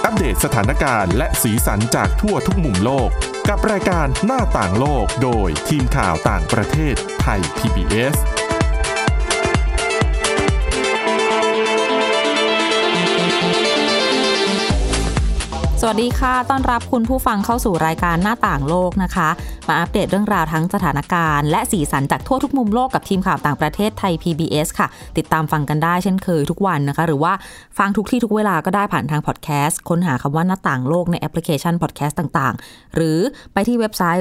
อัปเดตสถานการณ์และสีสันจากทั่วทุกมุมโลกกับรายการหน้าต่างโลกโดยทีมข่าวต่างประเทศไทย PBS สวัสดีค่ะต้อนรับคุณผู้ฟังเข้าสู่รายการหน้าต่างโลกนะคะมาอัปเดตเรื่องราวทั้งสถานการณ์และสีสันจากทั่วทุกมุมโลกกับทีมข่าวต่างประเทศไทย PBS ค่ะติดตามฟังกันได้เช่นเคยทุกวันนะคะหรือว่าฟังทุกที่ทุกเวลาก็ได้ผ่านทางพอดแคสต์ค้นหาคำว่าหน้าต่างโลกในแอปพลิเคชันพอดแคสต์ต่างๆหรือไปที่เว็บไซต์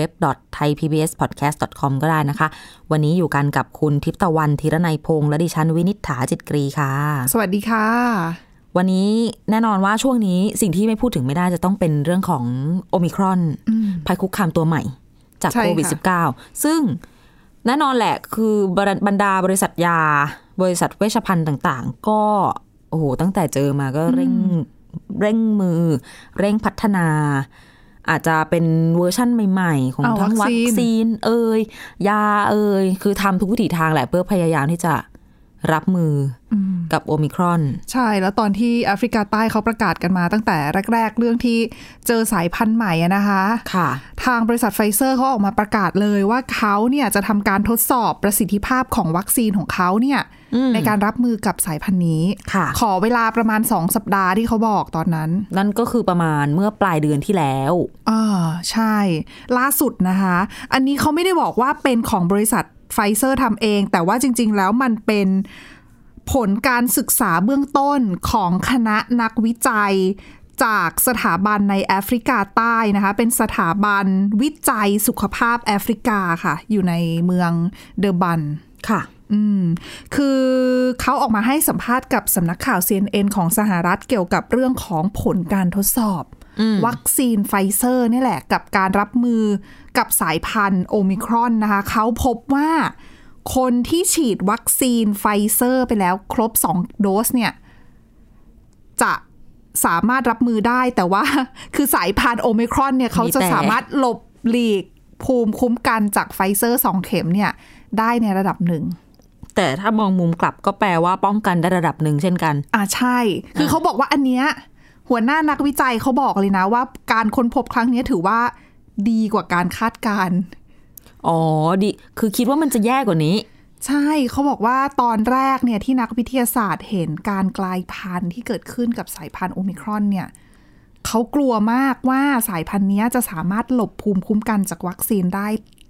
www.thaipbspodcast.com ก็ได้นะคะวันนี้อยู่กันกับคุณทิพย์ตะวันธีรนัยพงษ์และดิฉันวินิษฐาจิตกรีค่ะสวัสดีค่ะวันนี้แน่นอนว่าช่วงนี้สิ่งที่ไม่พูดถึงไม่ได้จะต้องเป็นเรื่องของโอมิครอนภัยคุกคามตัวใหม่จากโควิด -19 ซึ่งแน่นอนแหละคือบรรดาบริษัทยาบริษัทเวชภัณฑ์ต่างๆก็โอ้โหตั้งแต่เจอมาก็เร่งมือเร่งพัฒนาอาจจะเป็นเวอร์ชั่นใหม่ๆของทั้งวัคซีนยาคือทำทุกวิถีทางแหละเพื่อพยายามที่จะรับมือกับโอมิครอนใช่แล้วตอนที่แอฟริกาใต้เขาประกาศกันมาตั้งแต่แรกๆเรื่องที่เจอสายพันธุ์ใหม่นะคะค่ะทางบริษัทไฟเซอร์เขาออกมาประกาศเลยว่าเขาเนี่ยจะทำการทดสอบประสิทธิภาพของวัคซีนของเขาเนี่ยในการรับมือกับสายพันธุ์นี้ขอเวลาประมาณ2 สัปดาห์ที่เขาบอกตอนนั้นนั่นก็คือประมาณเมื่อปลายเดือนที่แล้วใช่ล่าสุดนะคะอันนี้เขาไม่ได้บอกว่าเป็นของบริษัทไฟเซอร์ทำเองแต่ว่าจริงๆแล้วมันเป็นผลการศึกษาเบื้องต้นของคณะนักวิจัยจากสถาบันในแอฟริกาใต้นะคะเป็นสถาบันวิจัยสุขภาพแอฟริกาค่ะอยู่ในเมืองเดอร์บันค่ะคือเขาออกมาให้สัมภาษณ์กับสำนักข่าว CNN ของสหรัฐเกี่ยวกับเรื่องของผลการทดสอบวัคซีนไฟเซอร์นี่แหละกับการรับมือกับสายพันธุ์โอมิครอนนะคะเขาพบว่าคนที่ฉีดวัคซีนไฟเซอร์ไปแล้วครบ2 โดสเนี่ยจะสามารถรับมือได้แต่ว่าคือสายพันธุ์โอมิครอนเนี่ยเขาจะสามารถหลบหลีกภูมิคุ้มกันจากไฟเซอร์2 เข็มเนี่ยได้ในระดับหนึ่งแต่ถ้ามองมุมกลับก็แปลว่าป้องกันได้ระดับหนึ่งเช่นกันใช่คือเขาบอกว่าอันเนี้ยหัวหน้านักวิจัยเขาบอกเลยนะว่าการค้นพบครั้งนี้ถือว่าดีกว่าการคาดการณ์ดีคือคิดว่ามันจะแย่กว่านี้ใช่เขาบอกว่าตอนแรกเนี่ยที่นักวิทยาศาสตร์เห็นการกลายพันธุ์ที่เกิดขึ้นกับสายพันธุ์โอมิครอนเนี่ยเขากลัวมากว่าสายพันธุ์นี้จะสามารถหลบภูมิคุ้มกันจากวัคซีนได้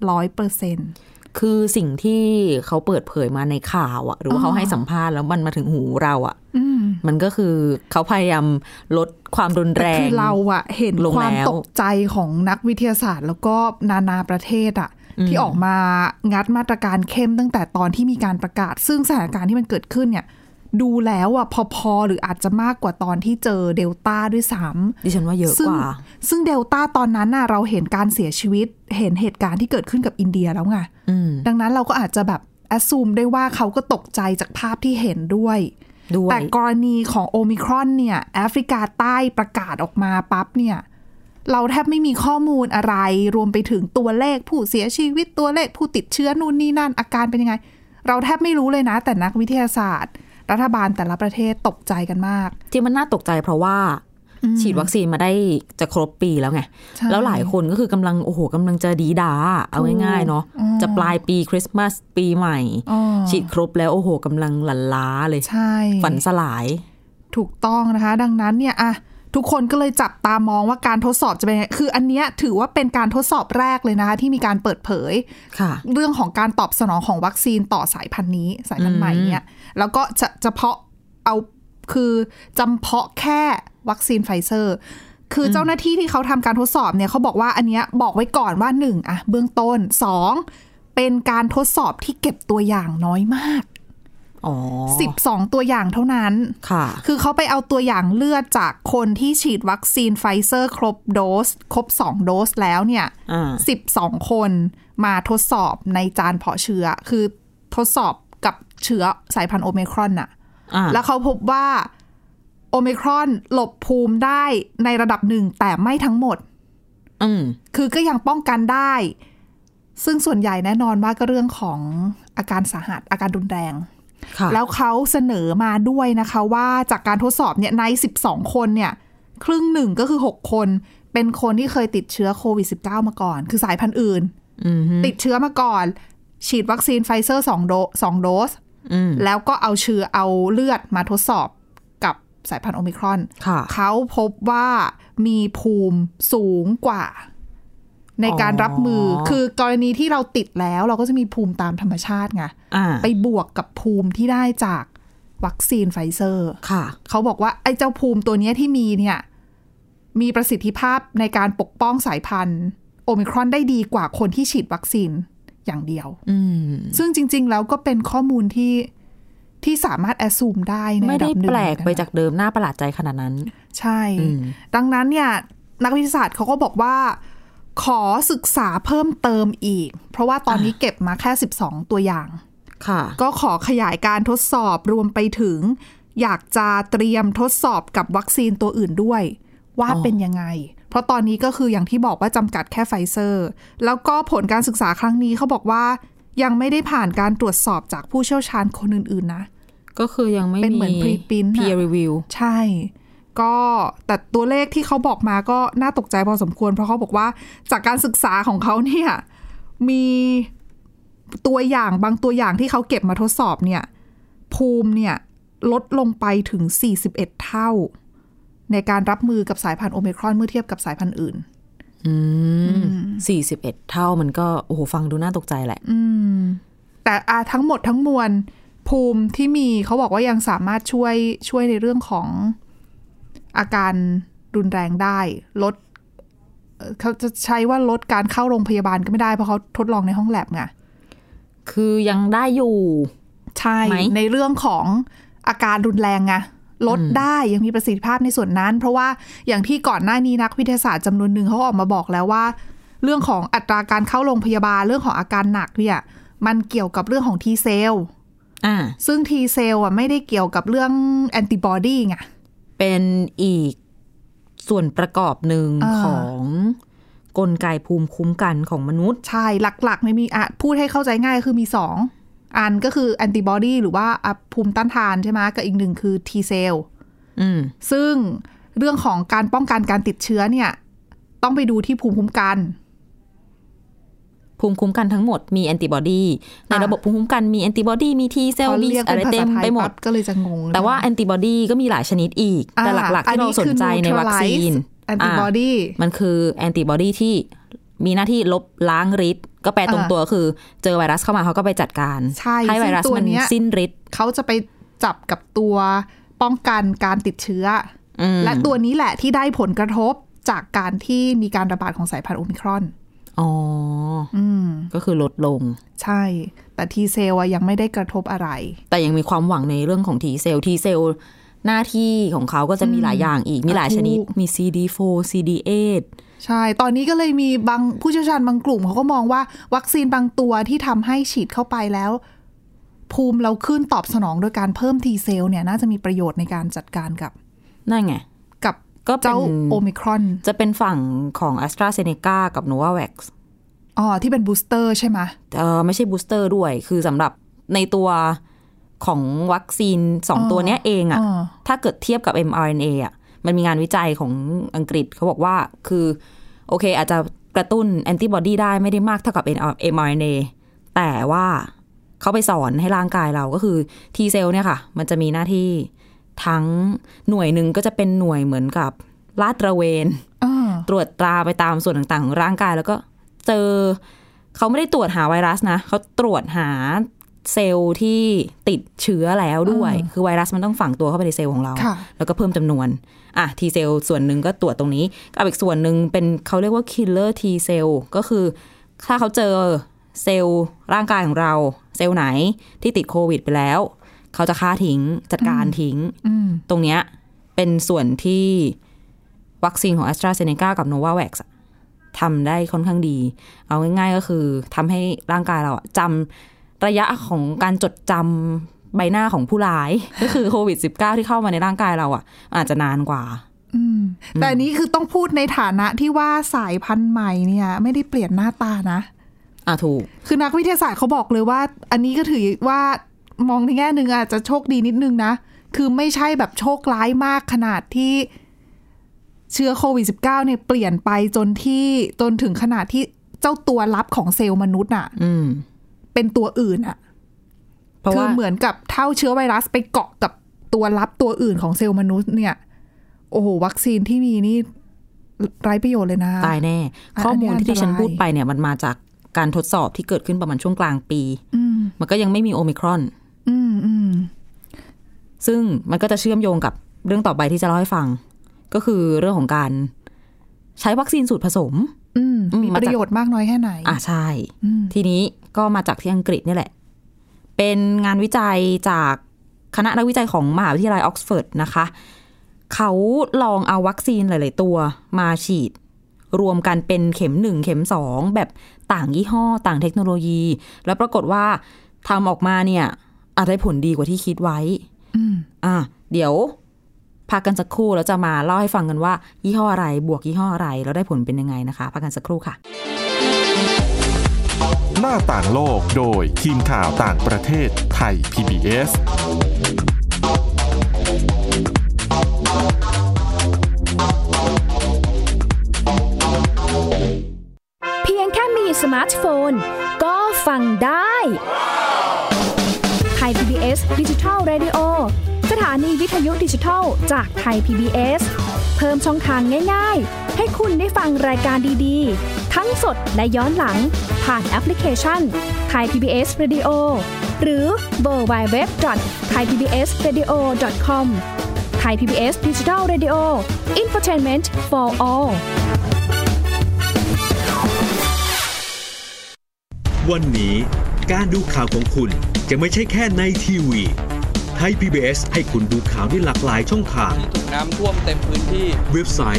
100% คือสิ่งที่เขาเปิดเผยมาในข่าวหรือว่าเขาให้สัมภาษณ์แล้วมันมาถึงหูเรามันก็คือเขาพยายามลดความรุนแรงคือเราเห็นความตกใจของนักวิทยาศาสตร์แล้วก็นานาประเทศที่ออกมางัดมาตรการเข้มตั้งแต่ตอนที่มีการประกาศซึ่งสถานการณ์ที่มันเกิดขึ้นเนี่ยดูแล้วพอหรืออาจจะมากกว่าตอนที่เจอเดลต้าด้วยซ้ำดิฉันว่าเยอะกว่าซึ่งเดลต้าตอนนั้นเราเห็นการเสียชีวิตเห็นเหตุการณ์ที่เกิดขึ้นกับอินเดียแล้วไงดังนั้นเราก็อาจจะแบบแอสซูมได้ว่าเขาก็ตกใจจากภาพที่เห็นด้วยแต่กรณีของโอมิครอนเนี่ยแอฟริกาใต้ประกาศออกมาปั๊บเนี่ยเราแทบไม่มีข้อมูลอะไรรวมไปถึงตัวเลขผู้เสียชีวิตตัวเลขผู้ติดเชื้อนู่นนี่นั่นอาการเป็นยังไงเราแทบไม่รู้เลยนะแต่นักวิทยาศาสตร์รัฐบาลแต่ละประเทศตกใจกันมากที่มันน่าตกใจเพราะว่าฉีดวัคซีนมาได้จะครบปีแล้วไงแล้วหลายคนก็คือกำลังจะดีดาเอาง่ายๆเนาะจะปลายปีคริสต์มาสปีใหม่ฉีดครบแล้วกำลังหลั่นล้าเลยฝันสลายถูกต้องนะคะดังนั้นเนี่ยทุกคนก็เลยจับตามองว่าการทดสอบจะเป็นคืออันเนี้ยถือว่าเป็นการทดสอบแรกเลยนะคะที่มีการเปิดเผยเรื่องของการตอบสนองของวัคซีนต่อสายพันธุ์นี้สายพันธุ์ใหม่เนี่ยแล้วก็เฉพาะคือจำเพาะแค่วัคซีนไฟเซอร์คือเจ้าหน้าที่ที่เขาทำการทดสอบเนี่ยเขาบอกว่าอันเนี้ยบอกไว้ก่อนว่า1เบื้องต้น2เป็นการทดสอบที่เก็บตัวอย่างน้อยมาก12 ตัวอย่างเท่านั้นคือเขาไปเอาตัวอย่างเลือดจากคนที่ฉีดวัคซีนไฟเซอร์ครบ2 โดสแล้วเนี่ย12 คนมาทดสอบในจานเพาะเชื้อคือทดสอบกับเชื้อสายพันธุ์โอไมครอนแล้วเขาพบว่าโอไมครอนหลบภูมิได้ในระดับหนึ่งแต่ไม่ทั้งหมดคือก็ยังป้องกันได้ซึ่งส่วนใหญ่แน่นอนว่าก็เรื่องของอาการสาหัสอาการรุนแรงแล้วเขาเสนอมาด้วยนะคะว่าจากการทดสอบเนี่ยใน12 คนเนี่ยครึ่งหนึ่งก็คือ6คนเป็นคนที่เคยติดเชื้อโควิด -19 มาก่อนคือสายพันธุ์อื่นติดเชื้อมาก่อนฉีดวัคซีนไฟเซอร์2 โดสแล้วก็เอาเลือดมาทดสอบกับสายพันธุ์โอมิครอนเขาพบว่ามีภูมิสูงกว่าในการรับมือคือกรณีที่เราติดแล้วเราก็จะมีภูมิตามธรรมชาติไงไปบวกกับภูมิที่ได้จากวัคซีนไฟเซอร์เขาบอกว่าไอ้เจ้าภูมิตัวนี้ที่มีเนี่ยมีประสิทธิภาพในการปกป้องสายพันธุ์โอมิครอนได้ดีกว่าคนที่ฉีดวัคซีนอย่างเดียวซึ่งจริงๆแล้วก็เป็นข้อมูลที่สามารถแอสซูมได้ในระดับหนึ่งไม่ได้แปลกไปจากเดิมน่าประหลาดใจขนาดนั้นใช่ดังนั้นเนี่ยนักวิทยาศาสตร์เขาก็บอกว่าขอศึกษาเพิ่มเติมอีกเพราะว่าตอนนี้เก็บมาแค่12ตัวอย่างก็ขอขยายการทดสอบรวมไปถึงอยากจะเตรียมทดสอบกับวัคซีนตัวอื่นด้วยว่าเป็นยังไงเพราะตอนนี้ก็คืออย่างที่บอกว่าจำกัดแค่ไฟเซอร์แล้วก็ผลการศึกษาครั้งนี้เขาบอกว่ายังไม่ได้ผ่านการตรวจสอบจากผู้เชี่ยวชาญคนอื่นๆนะก็คือยังไม่มีเป็นเหมือน preprint peer review ใช่ก็แต่ตัวเลขที่เขาบอกมาก็น่าตกใจพอสมควรเพราะเขาบอกว่าจากการศึกษาของเขาเนี่ยมีตัวอย่างบางตัวอย่างที่เขาเก็บมาทดสอบเนี่ยภูมิเนี่ยลดลงไปถึง41เท่าในการรับมือกับสายพันธุ์โอมิครอนเมื่อเทียบกับสายพันธุ์อื่น 41เท่ามันก็โอ้โหฟังดูน่าตกใจแหละแต่ทั้งหมดทั้งมวลภูมิที่มีเขาบอกว่ายังสามารถช่วยในเรื่องของอาการรุนแรงได้ลดเขาจะใช้ว่าลดการเข้าโรงพยาบาลก็ไม่ได้เพราะเขาทดลองในห้องแลบไงคือยังได้อยู่ใช่ในเรื่องของอาการรุนแรงไงลดได้ยังมีประสิทธิภาพในส่วนนั้นเพราะว่าอย่างที่ก่อนหน้านี้นักวิทยาศาสตร์จำนวนหนึ่งเขาออกมาบอกแล้วว่าเรื่องของอัตราการเข้าโรงพยาบาลเรื่องของอาการหนักเนี่ยมันเกี่ยวกับเรื่องของ T เซลล์ซึ่ง T เซลล์ไม่ได้เกี่ยวกับเรื่องแอนติบอดีไงเป็นอีกส่วนประกอบหนึ่งของกลไกภูมิคุ้มกันของมนุษย์ใช่หลักๆไม่มีพูดให้เข้าใจง่ายคือมี2อันก็คือแอนติบอดีหรือว่าภูมิต้านทานใช่ไหมกับอีกหนึ่งคือ T เซลล์ซึ่งเรื่องของการป้องกันการติดเชื้อเนี่ยต้องไปดูที่ภูมิคุ้มกันทั้งหมดมีแอนติบอดีในระบบภูมิคุ้มกันมีแอนติบอดีมี T เซลล์มีอะไรเต็มไปหมดก็เลยจะงงแต่ว่าแอนติบอดีก็มีหลายชนิดอีกแต่หลักๆที่เราสนใจในวัคซีนแอนติบอดีมันคือแอนติบอดีที่มีหน้าที่ลบล้างฤทธิ์ก็แปลตรงตัวคือเจอไวรัสเข้ามาเขาก็ไปจัดการให้ไวรัสมันสิ้นฤทธิ์เขาจะไปจับกับตัวป้องกันการติดเชื้อและตัวนี้แหละที่ได้ผลกระทบจากการที่มีการระบาดของสายพันธุ์โอมิครอนก็คือลดลงใช่แต่ทีเซลยังไม่ได้กระทบอะไรแต่ยังมีความหวังในเรื่องของทีเซลหน้าที่ของเขาก็จะมีหลายอย่างอีกมีหลายชนิดมี CD4 CD8 ใช่ตอนนี้ก็เลยมีบางผู้เชี่ยวชาญบางกลุ่มเขาก็มองว่าวัคซีนบางตัวที่ทำให้ฉีดเข้าไปแล้วภูมิเราขึ้นตอบสนองโดยการเพิ่มทีเซลเนี่ยน่าจะมีประโยชน์ในการจัดการกับนั่นไงกับเจ้าโอมิครอนจะเป็นฝั่งของ AstraZeneca กับ Novavax ที่เป็นบูสเตอร์ใช่ไหมไม่ใช่บูสเตอร์ด้วยคือสำหรับในตัวของวัคซีน2ตัวนี้เองอ่ะถ้าเกิดเทียบกับ mRNA อ่ะมันมีงานวิจัยของอังกฤษเขาบอกว่าคือโอเคอาจจะกระตุ้นแอนติบอดีได้ไม่ได้มากเท่ากับ mRNA แต่ว่าเขาไปสอนให้ร่างกายเราก็คือ T เซลเนี่ยค่ะมันจะมีหน้าที่ทั้งหน่วยหนึ่งก็จะเป็นหน่วยเหมือนกับลาดตระเวนตรวจตราไปตามส่วนต่างๆของร่างกายแล้วก็เจอเขาไม่ได้ตรวจหาไวรัสนะเขาตรวจหาเซลล์ที่ติดเชื้อแล้วด้วยคือไวรัสมันต้องฝังตัวเข้าไปในเซลล์ของเราแล้วก็เพิ่มจำนวนทีเซลล์ส่วนหนึ่งก็ตรวจตรงนี้กับอีกส่วนหนึ่งเป็นเขาเรียกว่า killer T เซลล์ก็คือถ้าเขาเจอเซลล์ร่างกายของเราเซลล์ไหนที่ติดโควิดไปแล้วเขาจะฆ่าทิ้งจัดการทิ้งตรงเนี้ยเป็นส่วนที่วัคซีนของ AstraZeneca กับ Novavax ทำได้ค่อนข้างดีเอาง่ายๆก็คือทำให้ร่างกายเราจำระยะของการจดจำใบหน้าของผู้ร้าย ก็คือโควิด -19 ที่เข้ามาในร่างกายเราอาจจะนานกว่าแต่อันนี้คือต้องพูดในฐานะที่ว่าสายพันธุ์ใหม่เนี่ยไม่ได้เปลี่ยนหน้าตานะถูกคือนักวิทยาศาสตร์เขาบอกเลยว่าอันนี้ก็ถือว่ามองในแง่นึงอาจจะโชคดีนิดนึงนะคือไม่ใช่แบบโชคร้ายมากขนาดที่เชื้อโควิด -19 เนี่ยเปลี่ยนไปจนถึงขนาดที่เจ้าตัวรับของเซลล์มนุษย์อ่ะเป็นตัวอื่นอ่ะคือเหมือนกับเท่าเชื้อไวรัสไปเกาะกับตัวรับตัวอื่นของเซลล์มนุษย์เนี่ยโอ้โหวัคซีนที่มีนี่ไร้ประโยชน์เลยนะตายแน่ข้อมูลที่ฉันพูดไปเนี่ยมันมาจากการทดสอบที่เกิดขึ้นประมาณช่วงกลางปีมันก็ยังไม่มีโอมิครอนซึ่งมันก็จะเชื่อมโยงกับเรื่องต่อไปที่จะเล่าให้ฟังก็คือเรื่องของการใช้วัคซีนสูตรผสมมีประโยชน์มากน้อยแค่ไหนใช่ทีนี้ก็มาจากที่อังกฤษนี่แหละเป็นงานวิจัยจากคณะนักวิจัยของมหาวิทยาลัยออกซฟอร์ดนะคะเขาลองเอาวัคซีนหลายๆตัวมาฉีดรวมกันเป็นเข็ม1เข็ม2แบบต่างยี่ห้อต่างเทคโนโลยีแล้วปรากฏว่าทำออกมาเนี่ยได้ผลดีกว่าที่คิดไว้เดี๋ยวพักกันสักครู่แล้วจะมาเล่าให้ฟังกันว่ายี่ห้ออะไรบวกยี่ห้ออะไรแล้วได้ผลเป็นยังไงนะคะพักกันสักครู่ค่ะหน้าต่างโลกโดยทีมข่าวต่างประเทศไทย PBS เพียงแค่มีสมาร์ทโฟนก็ฟังได้ไทย PBS Digital Radio สถานีวิทยุดิจิทัลจากไทย PBS เพิ่มช่องทางง่ายๆให้คุณได้ฟังรายการดีๆทั้งสดและย้อนหลังผ่านแอปพลิเคชัน Thai PBS Radio หรือ www.thaipbsradio.com Thai PBS Digital Radio Infotainment for all วันนี้การดูข่าวของคุณจะไม่ใช่แค่ในทีวีไทย PBS ให้คุณดูข่าวได้หลากหลายช่องทางถูกน้ำท่วมเต็มพื้นที่เว็บไซต์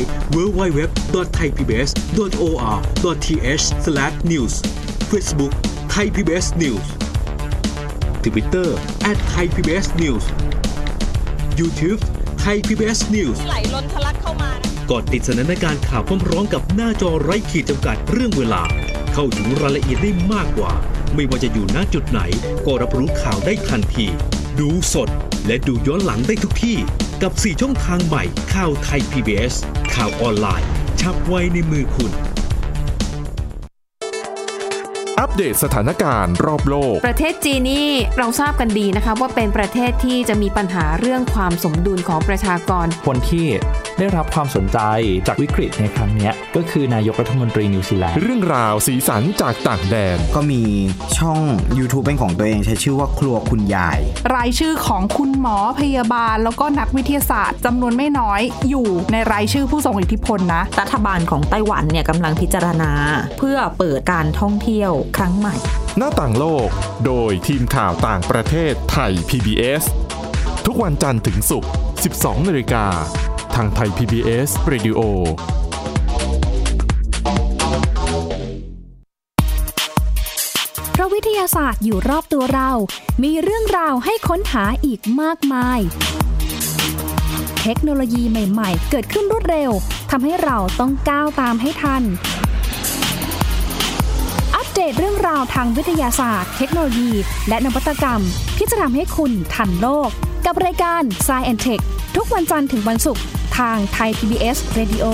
www.thaipbs.or.th/news Facebook Thai PBS News Twitter @thaipbsnews YouTube Thai PBS News ไหลล้นทะลักเข้ามาก่อนติดสนันในการข่าวพร้อมๆกับหน้าจอไร้ขีดจำกัดเรื่องเวลาเข้าถึงรายละเอียดได้มากกว่าไม่ว่าจะอยู่ณจุดไหนก็รับรู้ข่าวได้ทันทีดูสดและดูย้อนหลังได้ทุกที่กับ4ช่องทางใหม่ข่าวไทย PBS ข่าวออนไลน์ชับไว้ในมือคุณอัปเดตสถานการณ์รอบโลกประเทศจีนนี่เราทราบกันดีนะคะว่าเป็นประเทศที่จะมีปัญหาเรื่องความสมดุลของประชากรคนที่ได้รับความสนใจจากวิกฤตในครั้งนี้ก็คือนายกรัฐมนตรีนิวซีแลนด์เรื่องราวสีสันจากต่างแดนก็มีช่อง YouTube เป็นของตัวเองใช้ชื่อว่าครัวคุณยายรายชื่อของคุณหมอพยาบาลแล้วก็นักวิทยาศาสตร์จำนวนไม่น้อยอยู่ในรายชื่อผู้ทรงอิทธิพลนะรัฐบาลของไต้หวันเนี่ยกำลังพิจารณาเพื่อเปิดการท่องเที่ยวครั้งใหม่หน้าต่างโลกโดยทีมข่าวต่างประเทศไทย PBS ทุกวันจันทร์ถึงศุกร์ 12:00 น.ทางไทย PBS Radio เพราะวิทยาศาสตร์อยู่รอบตัวเรามีเรื่องราวให้ค้นหาอีกมากมายเทคโนโลยีใหม่ๆเกิดขึ้นรวดเร็วทำให้เราต้องก้าวตามให้ทันอัปเดตเรื่องราวทางวิทยาศาสตร์เทคโนโลยีและนวัตกรรมที่จะทำให้คุณทันโลกกับรายการ Science and Tech ทุกวันจันทร์ถึงวันศุกร์ทางไทย PBS Radio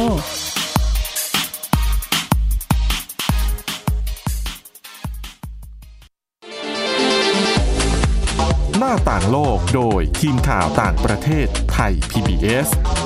หน้าต่างโลกโดยทีมข่าวต่างประเทศไทย PBS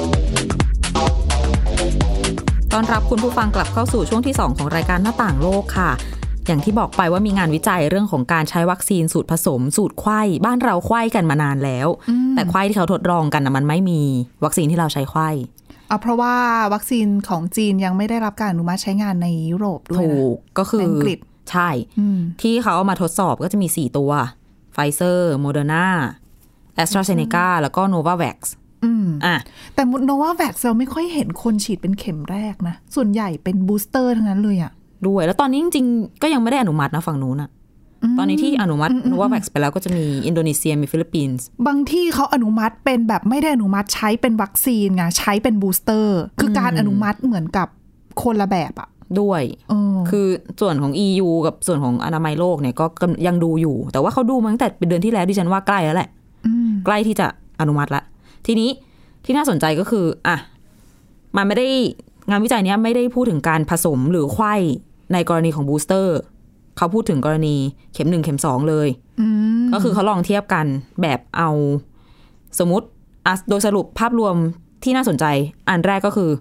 ต้อนรับคุณผู้ฟังกลับเข้าสู่ช่วงที่2ของรายการหน้าต่างโลกค่ะอย่างที่บอกไปว่ามีงานวิจัยเรื่องของการใช้วัคซีนสูตรผสมสูตรไข้บ้านเราไข้กันมานานแล้วแต่ไข้ที่เขาทดลองกันนะมันไม่มีวัคซีนที่เราใช้ไข้เพราะว่าวัคซีนของจีนยังไม่ได้รับการอนุมัติใช้งานในยุโรปด้วยถูกก็คืออังกฤษใช่ที่เขาเอามาทดสอบก็จะมี4ตัวไฟเซอร์โมเดอร์นาแอสตราเซเนกาแล้วก็โนวาแว็กซ์แต่โนวาแว็กซ์เราไม่ค่อยเห็นคนฉีดเป็นเข็มแรกนะส่วนใหญ่เป็นบูสเตอร์ทั้งนั้นเลยอะด้วยแล้วตอนนี้จริงๆก็ยังไม่ได้อนุมัตินะฝั่งนู้นอะตอนนี้ที่อนุมัติโนวาแว็กซ์ไปแล้วก็จะมีอินโดนีเซียมีฟิลิปปินส์บางที่เขาอนุมัติเป็นแบบไม่ได้อนุมัติใช้เป็นวัคซีนไงใช้เป็นบูสเตอร์คือการอนุมัติเหมือนกับคนละแบบอะด้วยคือส่วนของ EU กับส่วนของอนามัยโลกเนี่ยก็ยังดูอยู่แต่ว่าเขาดูมาตั้งแต่เป็นเดือนที่แล้วดิฉันว่าใกล้แล้วแหละใกล้ที่จะอนุมัติละทีนี้ที่น่าสนใจก็คือมันไม่ได้งานวิจัยนี้ไม่ได้พูดถึงการผสมหรือไข้ในกรณีของบูสเตอร์เขาพูดถึงกรณีเข็ม1เข็ม2เลยก็คือเขาลองเทียบกันแบบเอาสมมติโดยสรุปภาพรวมที่น่าสนใจอันแรกก็คือ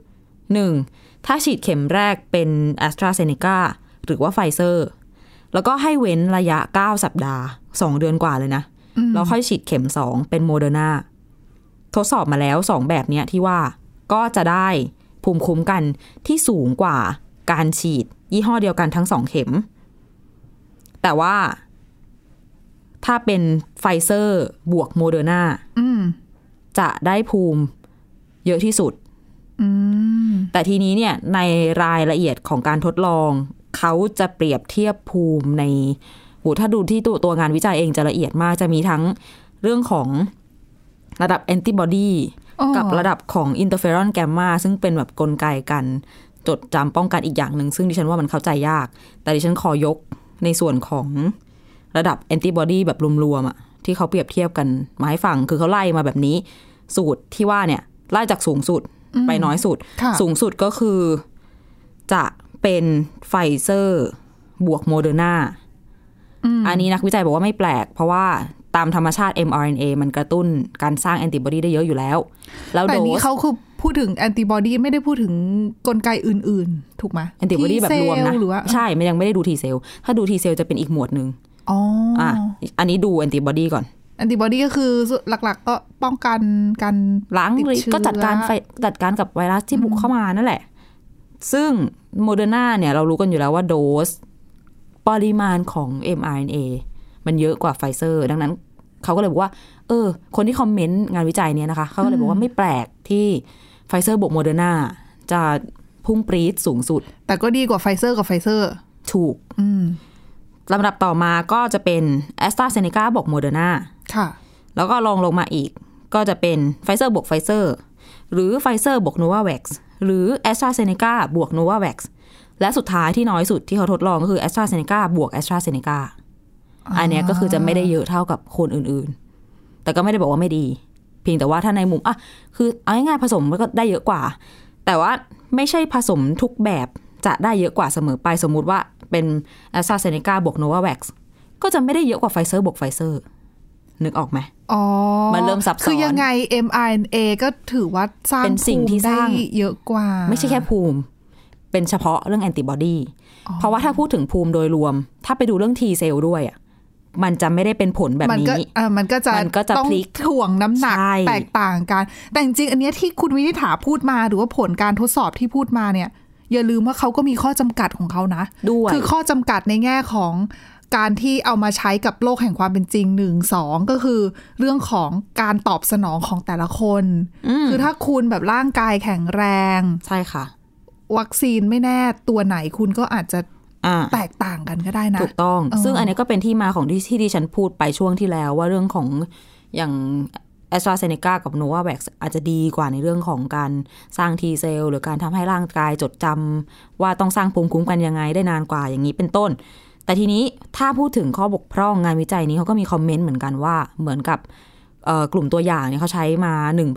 1. ถ้าฉีดเข็มแรกเป็น AstraZeneca หรือว่า Pfizer แล้วก็ให้เว้นระยะ9สัปดาห์2เดือนกว่าเลยนะแล้วค่อยฉีดเข็ม2เป็น Moderna ทดสอบมาแล้ว2แบบนี้ที่ว่าก็จะได้ภูมิคุ้มกันที่สูงกว่าการฉีดยี่ห้อเดียวกันทั้ง2เข็มแต่ว่าถ้าเป็น Pfizer บวก Moderna จะได้ภูมิเยอะที่สุดแต่ทีนี้เนี่ยในรายละเอียดของการทดลองเขาจะเปรียบเทียบภูมิในถ้าดูที่ตัวงานวิจัยเองจะละเอียดมากจะมีทั้งเรื่องของระดับแอนติบอดีกับระดับของอินเตอร์เฟอรอนแกมมาซึ่งเป็นแบบกลไกกันจดจำป้องกันอีกอย่างหนึ่งซึ่งดิฉันว่ามันเข้าใจยากแต่ดิฉันขอยกในส่วนของระดับแอนติบอดีแบบรวมๆอ่ะที่เขาเปรียบเทียบกันมาให้ฟังคือเขาไล่มาแบบนี้สูตรที่ว่าเนี่ยไล่จากสูงสุดไปน้อยสุดสูงสุดก็คือจะเป็นไฟเซอร์บวกโมเดอร์นาอันนี้นักวิจัยบอกว่าไม่แปลกเพราะว่าตามธรรมชาติ mRNA มันกระตุ้นการสร้างแอนติบอดีได้เยอะอยู่แล้วแต่นี้เขาคือพูดถึงแอนติบอดีไม่ได้พูดถึงกลไกอื่นๆถูกไหมแอนติบอดีแบบรวมนะใช่มันยังไม่ได้ดูทีเซลถ้าดูทีเซลจะเป็นอีกหมวดนึงอันนี้ดูแอนติบอดีก่อนแอนติบอดีก็คือหลักๆก็ป้องกันการล้างก็จัดการกับไวรัสที่บุกเข้ามานั่นแหละซึ่งโมเดอร์นาเนี่ยเรารู้กันอยู่แล้วว่าโดสปริมาณของ mRNA มันเยอะกว่าไฟเซอร์ดังนั้นเขาก็เลยบอกว่าคนที่คอมเมนต์งานวิจัยเนี่ยนะคะเขาก็เลยบอกว่าไม่แปลกที่ไฟเซอร์บวกโมเดอร์นาจะพุ่งปรี๊ดสูงสุดแต่ก็ดีกว่าไฟเซอร์กับไฟเซอร์ถูกลำดับต่อมาก็จะเป็น AstraZeneca บวก Moderna ค่ะแล้วก็ลงมาอีกก็จะเป็น Pfizer บวก Pfizer หรือ Pfizer บวก Novavax หรือ AstraZeneca บวก Novavax และสุดท้ายที่น้อยสุดที่เขาทดลองก็คือ AstraZeneca บวก AstraZeneca อันนี้ก็คือจะไม่ได้เยอะเท่ากับคนอื่นๆแต่ก็ไม่ได้บอกว่าไม่ดีเพียงแต่ว่าถ้าในมุมคือเอาง่ายๆผสมมันก็ได้เยอะกว่าแต่ว่าไม่ใช่ผสมทุกแบบจะได้เยอะกว่าเสมอไปสมมุติว่าเป็น AstraZeneca บวก Novavax ก็จะไม่ได้เยอะกว่า Pfizer บวก Pfizer นึกออกไหมมันเริ่มซับซ้อนคือยังไง mRNA ก็ถือว่าสร้างภูมิได้เยอะกว่าไม่ใช่แค่ภูมิเป็นเฉพาะเรื่องแอนติบอดีเพราะว่าถ้าพูดถึงภูมิโดยรวมถ้าไปดูเรื่อง T เซลด้วยมันจะไม่ได้เป็นผลแบบนี้มันก็จะต้องถ่วงน้ำหนักแตกต่างกันแต่จริงๆอันนี้ที่คุณวินิษฐาพูดมาหรือว่าผลการทดสอบที่พูดมาเนี่ยอย่าลืมว่าเขาก็มีข้อจำกัดของเขานะคือข้อจำกัดในแง่ของการที่เอามาใช้กับโลกแห่งความเป็นจริง1-2ก็คือเรื่องของการตอบสนองของแต่ละคนคือถ้าคุณแบบร่างกายแข็งแรงใช่ค่ะวัคซีนไม่แน่ตัวไหนคุณก็อาจจะแตกต่างกันก็ได้นะถูกต้องซึ่งอันนี้ก็เป็นที่มาของที่ดิฉันพูดไปช่วงที่แล้วว่าเรื่องของอย่าง AstraZeneca กับ Novavax อาจจะดีกว่าในเรื่องของการสร้าง T เซลล์หรือการทำให้ร่างกายจดจำว่าต้องสร้างภูมิคุ้มกันยังไงได้นานกว่าอย่างนี้เป็นต้นแต่ทีนี้ถ้าพูดถึงข้อบกพร่องงานวิจัยนี้เขาก็มีคอมเมนต์เหมือนกันว่าเหมือนกับกลุ่มตัวอย่างเนี่ยเขาใช้มา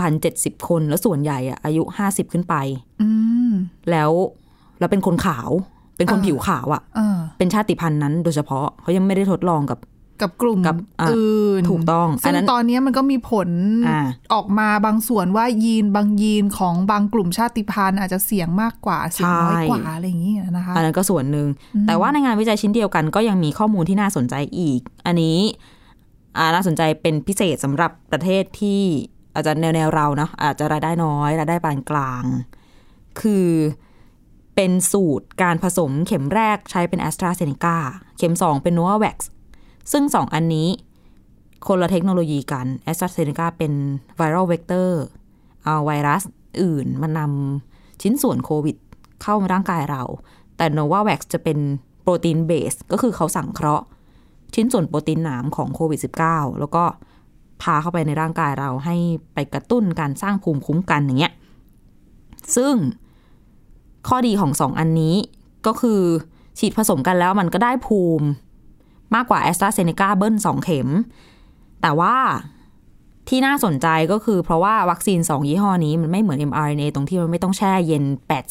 1,070 คนแล้วส่วนใหญ่อายุ50ขึ้นไปแล้วเป็นคนขาวเป็นคนผิวขาวเป็นชาติพันธุ์นั้นโดยเฉพาะเขายังไม่ได้ทดลองกับกลุ่มอื่นถูกต้องซึ่งตอนนี้มันก็มีผลออกมาบางส่วนว่าบางยีนของบางกลุ่มชาติพันธุ์อาจจะเสี่ยงมากกว่าเสี่ยงน้อยกว่าอะไรอย่างนี้นะคะอันนั้นก็ส่วนหนึ่งแต่ว่าในงานวิจัยชิ้นเดียวกันก็ยังมีข้อมูลที่น่าสนใจอีกอันนี้น่าสนใจเป็นพิเศษสำหรับประเทศที่อาจจะแนวเราเนาะอาจจะรายได้น้อยรายได้ปานกลางคือเป็นสูตรการผสมเข็มแรกใช้เป็น AstraZeneca เข็ม2เป็น Novavax ซึ่ง2อันนี้คนละเทคโนโลยีกัน AstraZeneca เป็น viral vector เอาไวรัสอื่นมานำชิ้นส่วนโควิดเข้ามาร่างกายเราแต่ Novavax จะเป็นโปรตีนเบสก็คือเขาสังเคราะห์ชิ้นส่วนโปรตีนหนามของโควิด -19 แล้วก็พาเข้าไปในร่างกายเราให้ไปกระตุ้นการสร้างภูมิคุ้มกันอย่างเงี้ยซึ่งข้อดีของ2อันนี้ก็คือฉีดผสมกันแล้วมันก็ได้ภูมิมากกว่า AstraZeneca เบิ้ล2เข็มแต่ว่าที่น่าสนใจก็คือเพราะว่าวัคซีน2ยี่ห้อนี้มันไม่เหมือน mRNA ตรงที่มันไม่ต้องแช่เย็น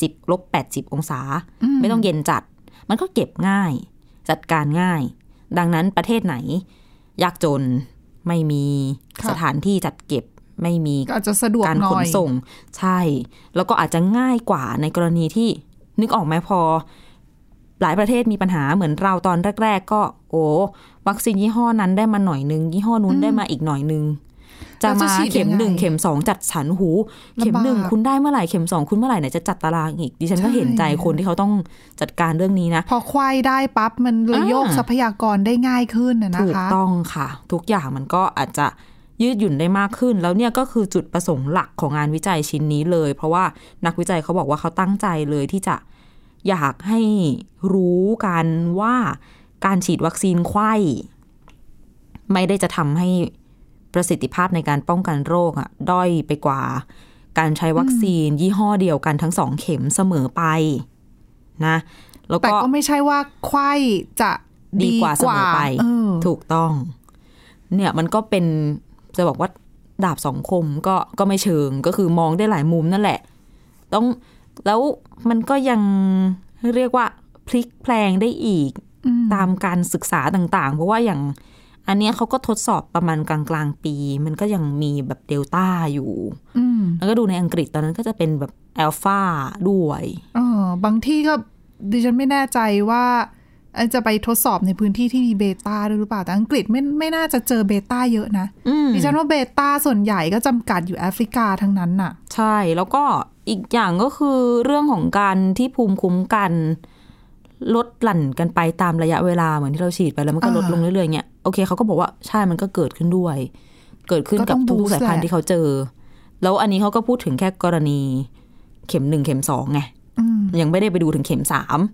80 องศาไม่ต้องเย็นจัดมันก็เก็บง่ายจัดการง่ายดังนั้นประเทศไหนยากจนไม่มีสถานที่จัดเก็บไม่มีอาจจะสะดวกหน่อยการขนส่งใช่แล้วก็อาจจะง่ายกว่าในกรณีที่นึกออกไหมพอหลายประเทศมีปัญหาเหมือนเราตอนแรกๆก็วัคซีนยี่ห้อนั้นได้มาหน่อยนึงยี่ห้อนู้นได้มาอีกหน่อยนึงจะมาเข็ม1เข็ม2จัดสรรหูเข็ม1คุณได้เมื่อไหร่เข็ม2คุณเมื่อไหร่ไหนจะจัดตารางอีกดิฉันก็เห็นใจคนที่เขาต้องจัดการเรื่องนี้นะพอควายได้ปั๊บมันเลยโยกทรัพยากรได้ง่ายขึ้นนะคะถูกต้องค่ะทุกอย่างมันก็อาจจะยืดหยุ่นได้มากขึ้นแล้วเนี่ยก็คือจุดประสงค์หลักของงานวิจัยชิ้นนี้เลยเพราะว่านักวิจัยเขาบอกว่าเขาตั้งใจเลยที่จะอยากให้รู้กันว่าการฉีดวัคซีนไข้ไม่ได้จะทำให้ประสิทธิภาพในการป้องกันโรคด้อยไปกว่าการใช้วัคซีนยี่ห้อเดียวกันทั้ง2เข็มเสมอไปนะแล้วก็แต่ก็ไม่ใช่ว่าไข้จะดีกว่าเสมอไปถูกต้องเนี่ยมันก็เป็นจะบอกว่าดาบ2คมก็ไม่เชิงก็คือมองได้หลายมุมนั่นแหละต้องแล้วมันก็ยังเรียกว่าพลิกแพลงได้อีกตามการศึกษาต่างๆเพราะว่าอย่างอันนี้เขาก็ทดสอบประมาณกลางปีมันก็ยังมีแบบเดลต้าอยู่แล้วก็ดูในอังกฤษตอนนั้นก็จะเป็นแบบแอลฟาด้วยบางที่ก็ดิฉันไม่แน่ใจว่าจะไปทดสอบในพื้นที่ที่มีเบต้าด้วยหรือเปล่าแต่อังกฤษไม่น่าจะเจอเบต้าเยอะนะดิฉันว่าเบต้าส่วนใหญ่ก็จำกัดอยู่แอฟริกาทั้งนั้นน่ะใช่แล้วก็อีกอย่างก็คือเรื่องของการที่ภูมิคุ้มกันลดหลั่นกันไปตามระยะเวลาเหมือนที่เราฉีดไปแล้วมันก็ลดลงเรื่อยๆเนี่ยโอเคเขาก็บอกว่าใช่มันก็เกิดขึ้นด้วยเกิดขึ้นกับทุกสายพันธุ์ที่เขาเจอแล้วอันนี้เขาก็พูดถึงแค่กรณีเข็ม1เข็ม2ไงยังไม่ได้ไปดูถึงเข็ม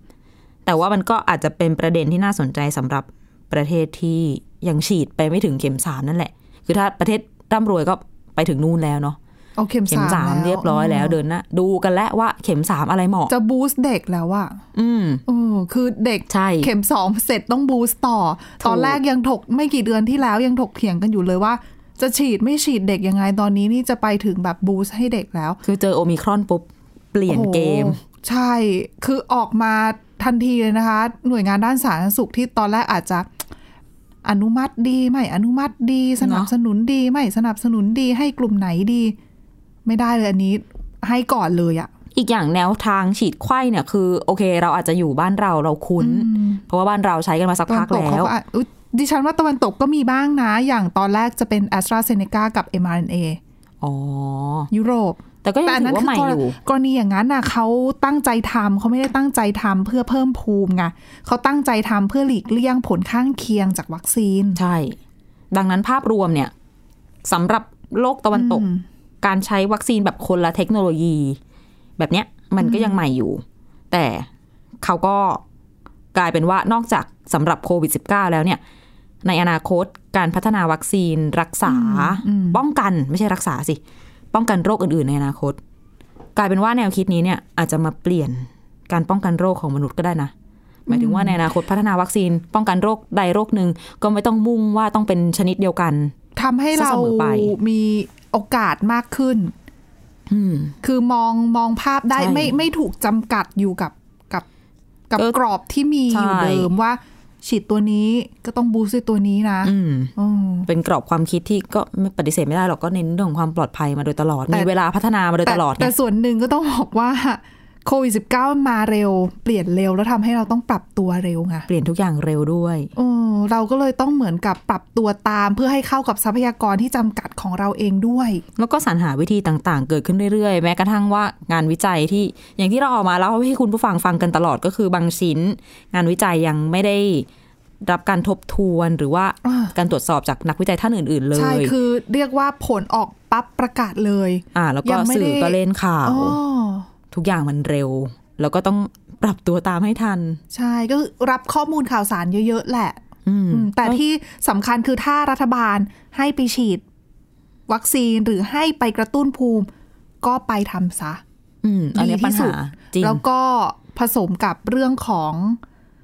3แต่ว่ามันก็อาจจะเป็นประเด็นที่น่าสนใจสำหรับประเทศที่ยังฉีดไปไม่ถึงเข็ม3นั่นแหละคือถ้าประเทศร่ำรวยก็ไปถึงนู่นแล้วเนาะเข็ม 3เรียบร้อยแล้วเดินนะดูกันแล้วว่าเข็ม3อะไรเหมาะจะบูสต์เด็กแล้วอะคือเด็กเข็ม2เสร็จต้องบูสต์ต่อตอนแรกยังถกไม่กี่เดือนที่แล้วยังถกเถียงกันอยู่เลยว่าจะฉีดไม่ฉีดเด็กยังไงตอนนี้นี่จะไปถึงแบบบูสต์ให้เด็กแล้วคือเจอโอมิครอนปุ๊บเปลี่ยนเกมใช่คือออกมาทันทีเลยนะคะหน่วยงานด้านสาธารณสุขที่ตอนแรกอาจจะอนุมัติดีไม่อนุมัติดีสนับสนุนดีไม่สนับสนุนดีให้กลุ่มไหนดีไม่ได้เลยอันนี้ให้ก่อนเลยอะอีกอย่างแนวทางฉีดไข้เนี่ยคือโอเคเราอาจจะอยู่บ้านเราคุ้นเพราะว่าบ้านเราใช้กันมาสักพักแล้วดิฉันว่าตะวันตกก็มีบ้างนะอย่างตอนแรกจะเป็น AstraZeneca กับ mRNA ยุโรปแต่ก็ยังถือว่าใหม่อยู่กรณีอย่างนั้นน่ะเขาตั้งใจทำเขาไม่ได้ตั้งใจทำเพื่อเพิ่มภูมิไงเขาตั้งใจทำเพื่อหลีกเลี่ยงผลข้างเคียงจากวัคซีนใช่ดังนั้นภาพรวมเนี่ยสำหรับโลกตะวันตกการใช้วัคซีนแบบคนละเทคโนโลยีแบบเนี้ยมันก็ยังใหม่อยู่แต่เขาก็กลายเป็นว่านอกจากสำหรับโควิด -19 แล้วเนี่ยในอนาคตการพัฒนาวัคซีนรักษาป้องกันไม่ใช่รักษาสิป้องกันโรคอื่นๆในอนาคตกลายเป็นว่าแนวคิดนี้เนี่ยอาจจะมาเปลี่ยนการป้องกันโรคของมนุษย์ก็ได้นะหมายถึงว่าในอนาคตพัฒนาวัคซีนป้องกันโรคใดโรคหนึ่งก็ไม่ต้องมุ่งว่าต้องเป็นชนิดเดียวกันทำให้เรามีโอกาสมากขึ้นคือมองภาพได้ไม่ถูกจำกัดอยู่กับกรอบที่มีอยู่เดิมว่าฉีดตัวนี้ก็ต้องบูสต์ตัวนี้นะเป็นกรอบความคิดที่ก็ไม่ปฏิเสธไม่ได้หรอกก็เน้นเรื่องของความปลอดภัยมาโดยตลอดมีเวลาพัฒนามาโดยตลอดแต่ส่วนหนึ่งก็ต้องบอกว่าโควิด -19 มาเร็วเปลี่ยนเร็วแล้วทำให้เราต้องปรับตัวเร็วไงเปลี่ยนทุกอย่างเร็วด้วยเราก็เลยต้องเหมือนกับปรับตัวตามเพื่อให้เข้ากับทรัพยากรที่จำกัดของเราเองด้วยแล้วก็สรรหาวิธีต่างๆเกิดขึ้นเรื่อยๆแม้กระทั่งว่างานวิจัยที่อย่างที่เราออกมาแล้วให้คุณผู้ฟังฟังกันตลอดก็คือบางชิ้นงานวิจัยยังไม่ได้รับการทบทวนหรือว่าการตรวจสอบจากนักวิจัยท่านอื่นๆเลยใช่คือเรียกว่าผลออกปั๊บประกาศเลยแล้วก็สื่อก็เล่นข่าวทุกอย่างมันเร็วแล้วก็ต้องปรับตัวตามให้ทันใช่ก็รับข้อมูลข่าวสารเยอะๆแหละแต่ที่สำคัญคือถ้ารัฐบาลให้ไปฉีดวัคซีนหรือให้ไปกระตุ้นภูมิก็ไปทำซะอันนี้ปัญหาจริงแล้วก็ผสมกับเรื่องของ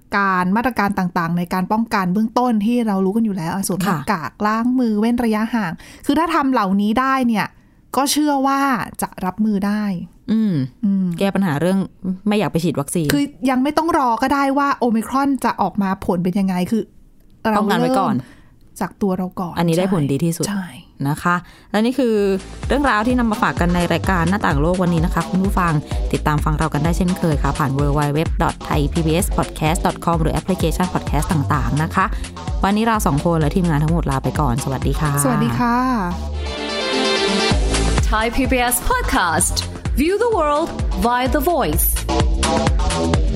การมาตรการต่างๆในการป้องกันเบื้องต้นที่เรารู้กันอยู่แล้วสวมหน้ากากล้างมือเว้นระยะห่างคือถ้าทำเหล่านี้ได้เนี่ยก็เชื่อว่าจะรับมือได้แก้ปัญหาเรื่องไม่อยากไปฉีดวัคซีนคือยังไม่ต้องรอก็ได้ว่าโอมิครอนจะออกมาผลเป็นยังไงคือเราเริ่มจากตัวเราก่อนอันนี้ได้ผลดีที่สุดนะคะและนี่คือเรื่องราวที่นำมาฝากกันในรายการหน้าต่างโลกวันนี้นะคะคุณผู้ฟังติดตามฟังเรากันได้เช่นเคยค่ะผ่าน www.thaipbspodcast.com หรือแอปพลิเคชัน podcast ต่างๆนะคะวันนี้เรา2คนและทีมงานทั้งหมดลาไปก่อนสวัสดีค่ะสวัสดีค่ะ Thai PBS Podcast View the world via the voice